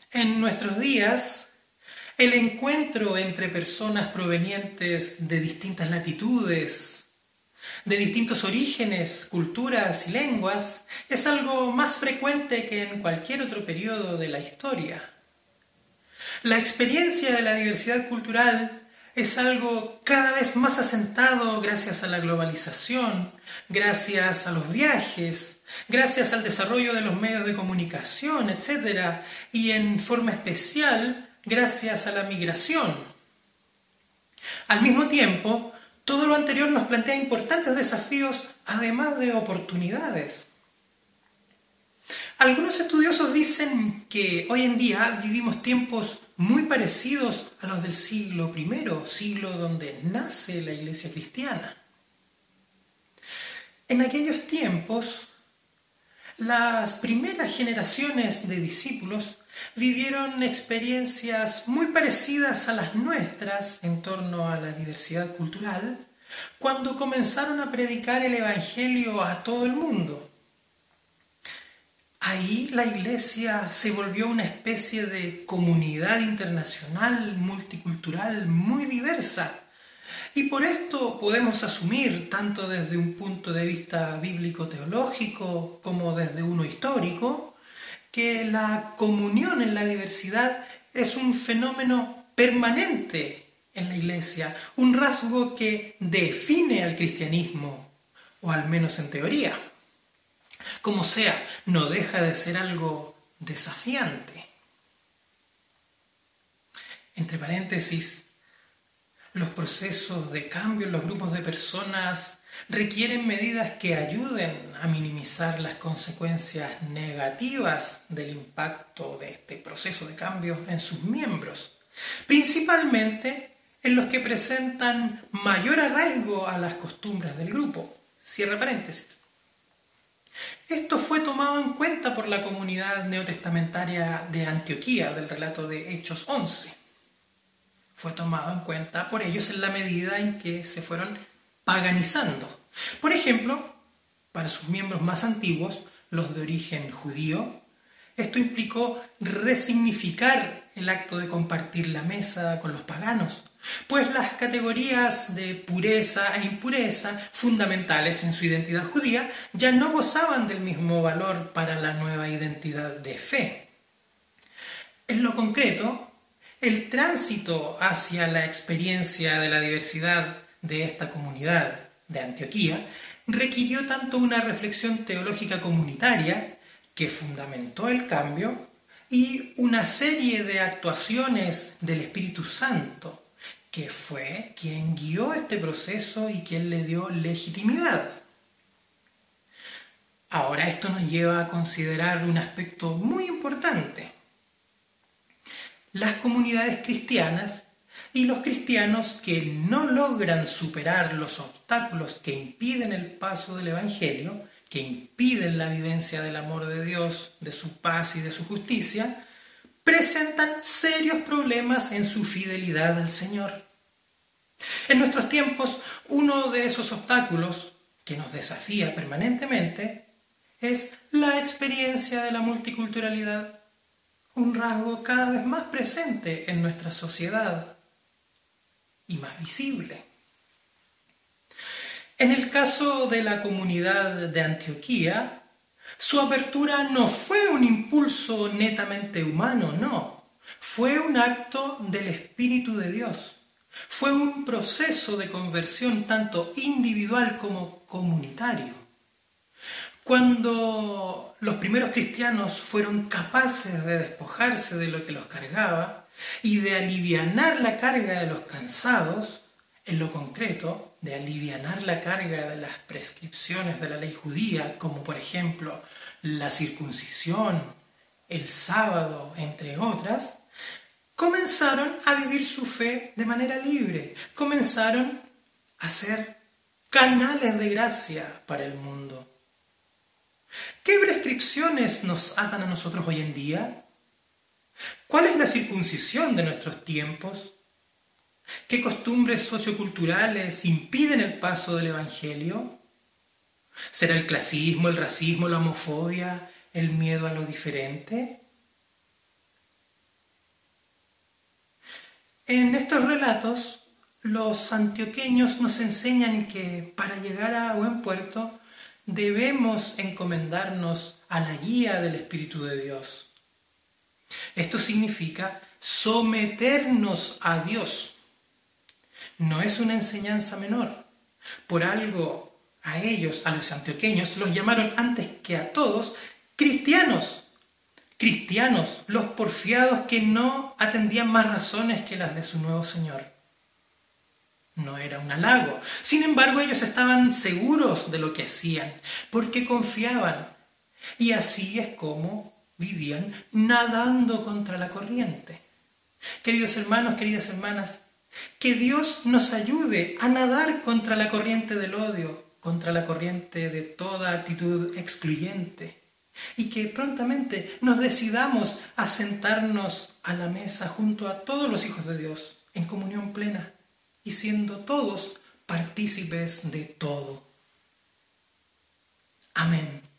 En nuestros días, el encuentro entre personas provenientes de distintas latitudes, de distintos orígenes, culturas y lenguas, es algo más frecuente que en cualquier otro periodo de la historia. La experiencia de la diversidad cultural es algo cada vez más asentado gracias a la globalización, gracias a los viajes, gracias al desarrollo de los medios de comunicación, etc. Y en forma especial, gracias a la migración. Al mismo tiempo, todo lo anterior nos plantea importantes desafíos, además de oportunidades. Algunos estudiosos dicen que hoy en día vivimos tiempos muy parecidos a los del siglo I, siglo donde nace la Iglesia cristiana. En aquellos tiempos, las primeras generaciones de discípulos vivieron experiencias muy parecidas a las nuestras en torno a la diversidad cultural cuando comenzaron a predicar el Evangelio a todo el mundo. Ahí la Iglesia se volvió una especie de comunidad internacional, multicultural, muy diversa. Y por esto podemos asumir, tanto desde un punto de vista bíblico-teológico como desde uno histórico, que la comunión en la diversidad es un fenómeno permanente en la Iglesia, un rasgo que define al cristianismo, o al menos en teoría. Como sea, no deja de ser algo desafiante. Entre paréntesis, los procesos de cambio en los grupos de personas requieren medidas que ayuden a minimizar las consecuencias negativas del impacto de este proceso de cambio en sus miembros, principalmente en los que presentan mayor arraigo a las costumbres del grupo. Cierra paréntesis. Esto fue tomado en cuenta por la comunidad neotestamentaria de Antioquía del relato de Hechos 11. Fue tomado en cuenta por ellos en la medida en que se fueron paganizando. Por ejemplo, para sus miembros más antiguos, los de origen judío, esto implicó resignificar el acto de compartir la mesa con los paganos, pues las categorías de pureza e impureza, fundamentales en su identidad judía, ya no gozaban del mismo valor para la nueva identidad de fe. En lo concreto, el tránsito hacia la experiencia de la diversidad de esta comunidad de Antioquía requirió tanto una reflexión teológica comunitaria, que fundamentó el cambio, y una serie de actuaciones del Espíritu Santo, que fue quien guió este proceso y quien le dio legitimidad. Ahora esto nos lleva a considerar un aspecto muy importante. Las comunidades cristianas y los cristianos que no logran superar los obstáculos que impiden el paso del Evangelio, que impiden la vivencia del amor de Dios, de su paz y de su justicia, presentan serios problemas en su fidelidad al Señor. En nuestros tiempos, uno de esos obstáculos que nos desafía permanentemente es la experiencia de la multiculturalidad, un rasgo cada vez más presente en nuestra sociedad y más visible. En el caso de la comunidad de Antioquía, su apertura no fue un impulso netamente humano, no. Fue un acto del Espíritu de Dios. Fue un proceso de conversión tanto individual como comunitario. Cuando los primeros cristianos fueron capaces de despojarse de lo que los cargaba y de alivianar la carga de los cansados, en lo concreto, de alivianar la carga de las prescripciones de la ley judía, como por ejemplo la circuncisión, el sábado, entre otras, comenzaron a vivir su fe de manera libre, comenzaron a ser canales de gracia para el mundo. ¿Qué prescripciones nos atan a nosotros hoy en día? ¿Cuál es la circuncisión de nuestros tiempos? ¿Qué costumbres socioculturales impiden el paso del Evangelio? ¿Será el clasismo, el racismo, la homofobia, el miedo a lo diferente? En estos relatos, los antioqueños nos enseñan que para llegar a buen puerto debemos encomendarnos a la guía del Espíritu de Dios. Esto significa someternos a Dios. No es una enseñanza menor. Por algo a ellos, a los antioqueños, los llamaron antes que a todos cristianos. Cristianos, los porfiados que no atendían más razones que las de su nuevo Señor. No era un halago. Sin embargo, ellos estaban seguros de lo que hacían, porque confiaban. Y así es como vivían nadando contra la corriente. Queridos hermanos, queridas hermanas, que Dios nos ayude a nadar contra la corriente del odio, contra la corriente de toda actitud excluyente, y que prontamente nos decidamos a sentarnos a la mesa junto a todos los hijos de Dios, en comunión plena, y siendo todos partícipes de todo. Amén.